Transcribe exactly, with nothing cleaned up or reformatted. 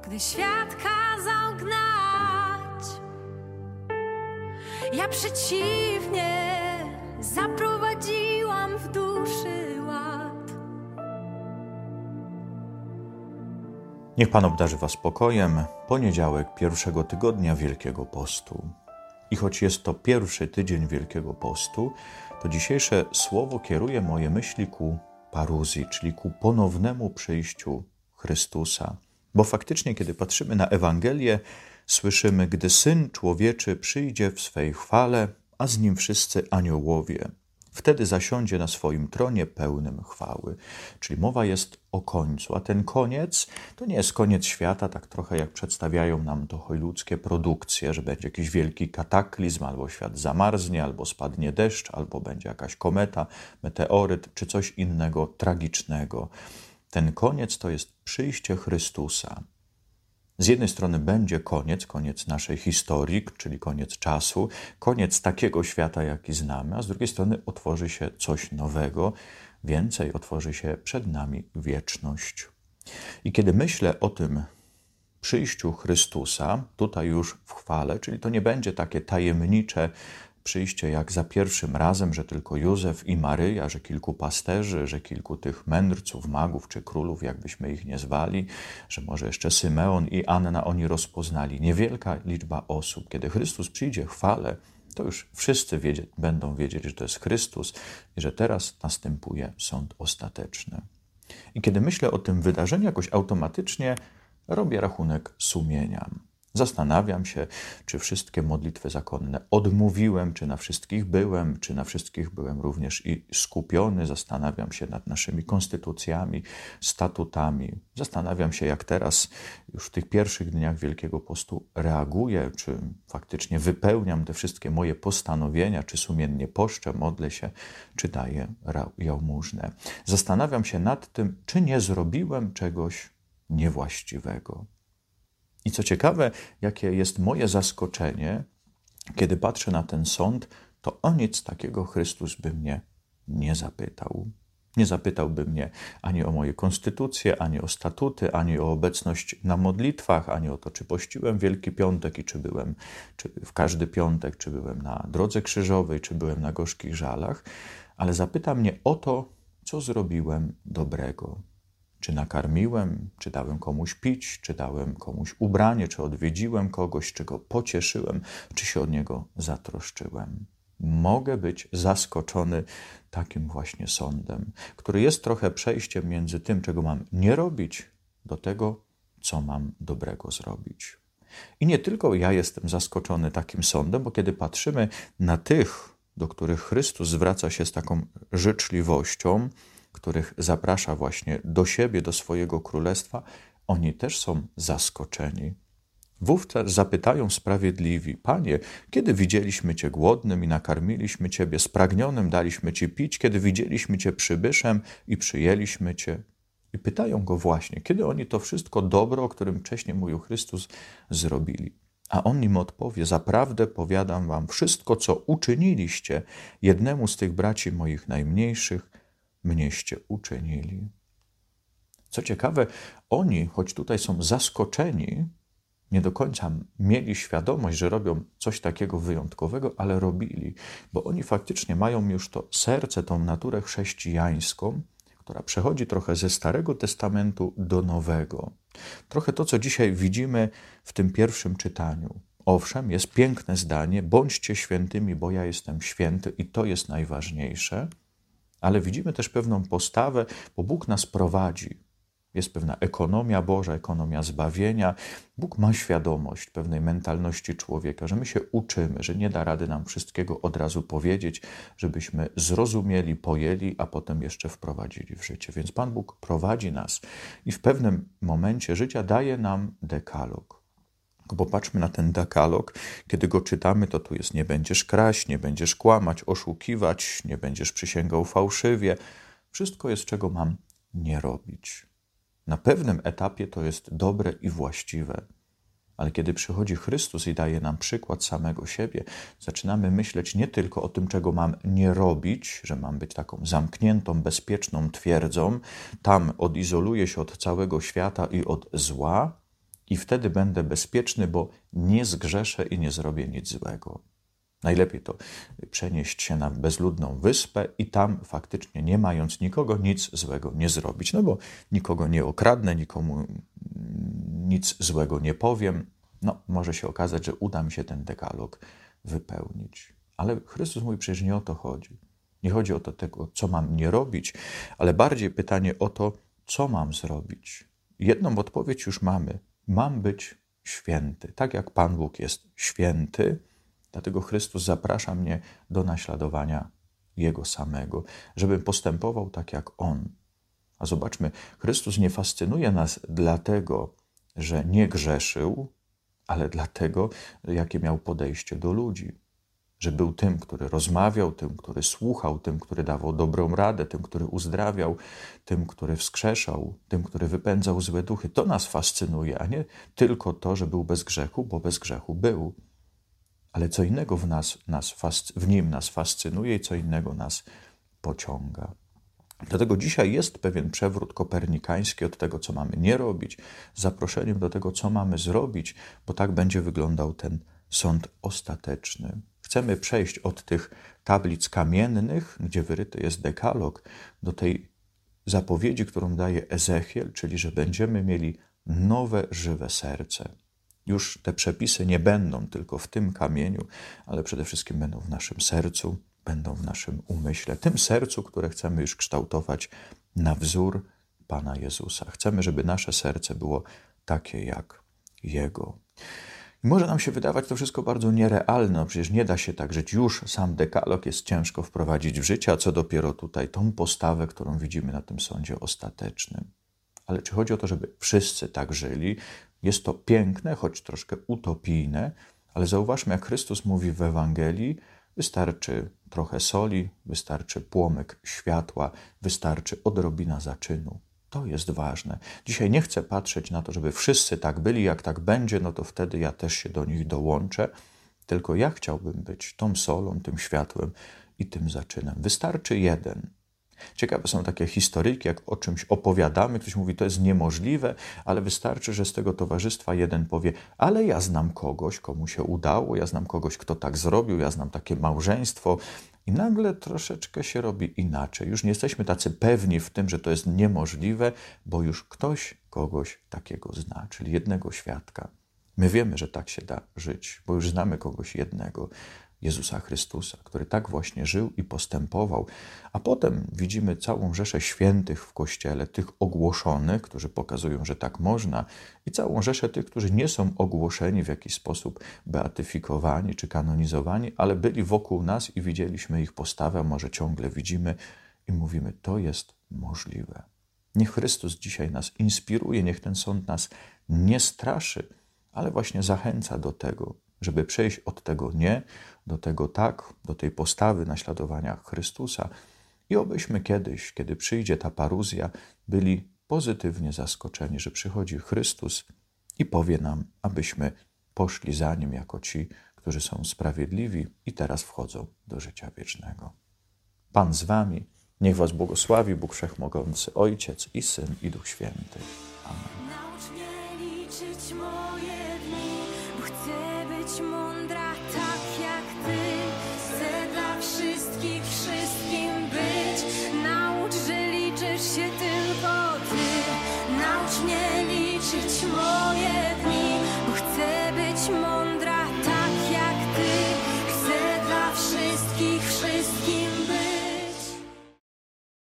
gdy świat kazał gnać. Ja przeciwnie, zaprowadziłam w duszy ład. Niech Pan obdarzy Was spokojem. Poniedziałek pierwszego tygodnia Wielkiego Postu. I choć jest to pierwszy tydzień Wielkiego Postu, to dzisiejsze słowo kieruje moje myśli ku paruzji, czyli ku ponownemu przyjściu Chrystusa. Bo faktycznie, kiedy patrzymy na Ewangelię, słyszymy, gdy Syn Człowieczy przyjdzie w swej chwale, a z Nim wszyscy aniołowie. Wtedy zasiądzie na swoim tronie pełnym chwały. Czyli mowa jest o końcu, a ten koniec to nie jest koniec świata, tak trochę jak przedstawiają nam to hojludzkie produkcje, że będzie jakiś wielki kataklizm, albo świat zamarznie, albo spadnie deszcz, albo będzie jakaś kometa, meteoryt, czy coś innego tragicznego. Ten koniec to jest przyjście Chrystusa. Z jednej strony będzie koniec, koniec naszej historii, czyli koniec czasu, koniec takiego świata, jaki znamy, a z drugiej strony otworzy się coś nowego, więcej, otworzy się przed nami wieczność. I kiedy myślę o tym przyjściu Chrystusa, tutaj już w chwale, czyli to nie będzie takie tajemnicze przyjście jak za pierwszym razem, że tylko Józef i Maryja, że kilku pasterzy, że kilku tych mędrców, magów czy królów, jakbyśmy ich nie zwali, że może jeszcze Symeon i Anna oni rozpoznali. Niewielka liczba osób. Kiedy Chrystus przyjdzie w chwale, to już wszyscy wiedzie, będą wiedzieć, że to jest Chrystus i że teraz następuje sąd ostateczny. I kiedy myślę o tym wydarzeniu, jakoś automatycznie robię rachunek sumienia. Zastanawiam się, czy wszystkie modlitwy zakonne odmówiłem, czy na wszystkich byłem, czy na wszystkich byłem również i skupiony. Zastanawiam się nad naszymi konstytucjami, statutami. Zastanawiam się, jak teraz już w tych pierwszych dniach Wielkiego Postu reaguję, czy faktycznie wypełniam te wszystkie moje postanowienia, czy sumiennie poszczę, modlę się, czy daję jałmużnę. Zastanawiam się nad tym, czy nie zrobiłem czegoś niewłaściwego. I co ciekawe, jakie jest moje zaskoczenie, kiedy patrzę na ten sąd, to o nic takiego Chrystus by mnie nie zapytał. Nie zapytałby mnie ani o moje konstytucje, ani o statuty, ani o obecność na modlitwach, ani o to, czy pościłem Wielki Piątek i czy byłem czy w każdy piątek, czy byłem na Drodze Krzyżowej, czy byłem na Gorzkich Żalach, ale zapyta mnie o to, co zrobiłem dobrego. Czy nakarmiłem, czy dałem komuś pić, czy dałem komuś ubranie, czy odwiedziłem kogoś, czy go pocieszyłem, czy się od niego zatroszczyłem. Mogę być zaskoczony takim właśnie sądem, który jest trochę przejściem między tym, czego mam nie robić, do tego, co mam dobrego zrobić. I nie tylko ja jestem zaskoczony takim sądem, bo kiedy patrzymy na tych, do których Chrystus zwraca się z taką życzliwością, których zaprasza właśnie do siebie, do swojego królestwa, oni też są zaskoczeni. Wówczas zapytają sprawiedliwi: Panie, kiedy widzieliśmy Cię głodnym i nakarmiliśmy Ciebie, spragnionym daliśmy Ci pić, kiedy widzieliśmy Cię przybyszem i przyjęliśmy Cię? I pytają Go właśnie, kiedy oni to wszystko dobro, o którym wcześniej mówił Chrystus, zrobili. A On im odpowie: zaprawdę powiadam wam, wszystko, co uczyniliście jednemu z tych braci moich najmniejszych, mnieście uczynili. Co ciekawe, oni, choć tutaj są zaskoczeni, nie do końca mieli świadomość, że robią coś takiego wyjątkowego, ale robili, bo oni faktycznie mają już to serce, tą naturę chrześcijańską, która przechodzi trochę ze Starego Testamentu do Nowego. Trochę to, co dzisiaj widzimy w tym pierwszym czytaniu. Owszem, jest piękne zdanie: bądźcie świętymi, bo ja jestem święty, i to jest najważniejsze. Ale widzimy też pewną postawę, bo Bóg nas prowadzi. Jest pewna ekonomia Boża, ekonomia zbawienia. Bóg ma świadomość pewnej mentalności człowieka, że my się uczymy, że nie da rady nam wszystkiego od razu powiedzieć, żebyśmy zrozumieli, pojęli, a potem jeszcze wprowadzili w życie. Więc Pan Bóg prowadzi nas i w pewnym momencie życia daje nam dekalog. Popatrzmy na ten dekalog, kiedy go czytamy, to tu jest: nie będziesz kraść, nie będziesz kłamać, oszukiwać, nie będziesz przysięgał fałszywie. Wszystko jest, czego mam nie robić. Na pewnym etapie to jest dobre i właściwe, ale kiedy przychodzi Chrystus i daje nam przykład samego siebie, zaczynamy myśleć nie tylko o tym, czego mam nie robić, że mam być taką zamkniętą, bezpieczną twierdzą, tam odizoluję się od całego świata i od zła, i wtedy będę bezpieczny, bo nie zgrzeszę i nie zrobię nic złego. Najlepiej to przenieść się na bezludną wyspę i tam faktycznie, nie mając nikogo, nic złego nie zrobić. No bo nikogo nie okradnę, nikomu nic złego nie powiem. No, może się okazać, że uda mi się ten dekalog wypełnić. Ale Chrystus mówi, przecież nie o to chodzi. Nie chodzi o to tego, co mam nie robić, ale bardziej pytanie o to, co mam zrobić. Jedną odpowiedź już mamy. Mam być święty. Tak jak Pan Bóg jest święty, dlatego Chrystus zaprasza mnie do naśladowania Jego samego, żebym postępował tak jak On. A zobaczmy, Chrystus nie fascynuje nas dlatego, że nie grzeszył, ale dlatego, jakie miał podejście do ludzi. Że był tym, który rozmawiał, tym, który słuchał, tym, który dawał dobrą radę, tym, który uzdrawiał, tym, który wskrzeszał, tym, który wypędzał złe duchy. To nas fascynuje, a nie tylko to, że był bez grzechu, bo bez grzechu był. Ale co innego w, nas, nas fascy, w nim nas fascynuje i co innego nas pociąga. Dlatego dzisiaj jest pewien przewrót kopernikański od tego, co mamy nie robić, z zaproszeniem do tego, co mamy zrobić, bo tak będzie wyglądał ten sąd ostateczny. Chcemy przejść od tych tablic kamiennych, gdzie wyryty jest dekalog, do tej zapowiedzi, którą daje Ezechiel, czyli że będziemy mieli nowe, żywe serce. Już te przepisy nie będą tylko w tym kamieniu, ale przede wszystkim będą w naszym sercu, będą w naszym umyśle, tym sercu, które chcemy już kształtować na wzór Pana Jezusa. Chcemy, żeby nasze serce było takie jak Jego. I może nam się wydawać to wszystko bardzo nierealne, no przecież nie da się tak żyć. Już sam dekalog jest ciężko wprowadzić w życie, a co dopiero tutaj tą postawę, którą widzimy na tym sądzie ostatecznym. Ale czy chodzi o to, żeby wszyscy tak żyli? Jest to piękne, choć troszkę utopijne, ale zauważmy, jak Chrystus mówi w Ewangelii, wystarczy trochę soli, wystarczy płomyk światła, wystarczy odrobina zaczynu. To jest ważne. Dzisiaj nie chcę patrzeć na to, żeby wszyscy tak byli, jak tak będzie, no to wtedy ja też się do nich dołączę, tylko ja chciałbym być tą solą, tym światłem i tym zaczynem. Wystarczy jeden. Ciekawe są takie historyjki, jak o czymś opowiadamy, ktoś mówi, to jest niemożliwe, ale wystarczy, że z tego towarzystwa jeden powie, ale ja znam kogoś, komu się udało, ja znam kogoś, kto tak zrobił, ja znam takie małżeństwo i nagle troszeczkę się robi inaczej. Już nie jesteśmy tacy pewni w tym, że to jest niemożliwe, bo już ktoś kogoś takiego zna, czyli jednego świadka. My wiemy, że tak się da żyć, bo już znamy kogoś jednego, Jezusa Chrystusa, który tak właśnie żył i postępował. A potem widzimy całą rzeszę świętych w Kościele, tych ogłoszonych, którzy pokazują, że tak można, i całą rzeszę tych, którzy nie są ogłoszeni w jakiś sposób beatyfikowani czy kanonizowani, ale byli wokół nas i widzieliśmy ich postawę, a może ciągle widzimy i mówimy, to jest możliwe. Niech Chrystus dzisiaj nas inspiruje, niech ten sąd nas nie straszy, ale właśnie zachęca do tego, żeby przejść od tego nie, do tego tak, do tej postawy naśladowania Chrystusa i obyśmy kiedyś, kiedy przyjdzie ta paruzja, byli pozytywnie zaskoczeni, że przychodzi Chrystus i powie nam, abyśmy poszli za Nim jako ci, którzy są sprawiedliwi i teraz wchodzą do życia wiecznego. Pan z wami, niech was błogosławi Bóg Wszechmogący, Ojciec i Syn i Duch Święty. Amen. Naucz mnie liczyć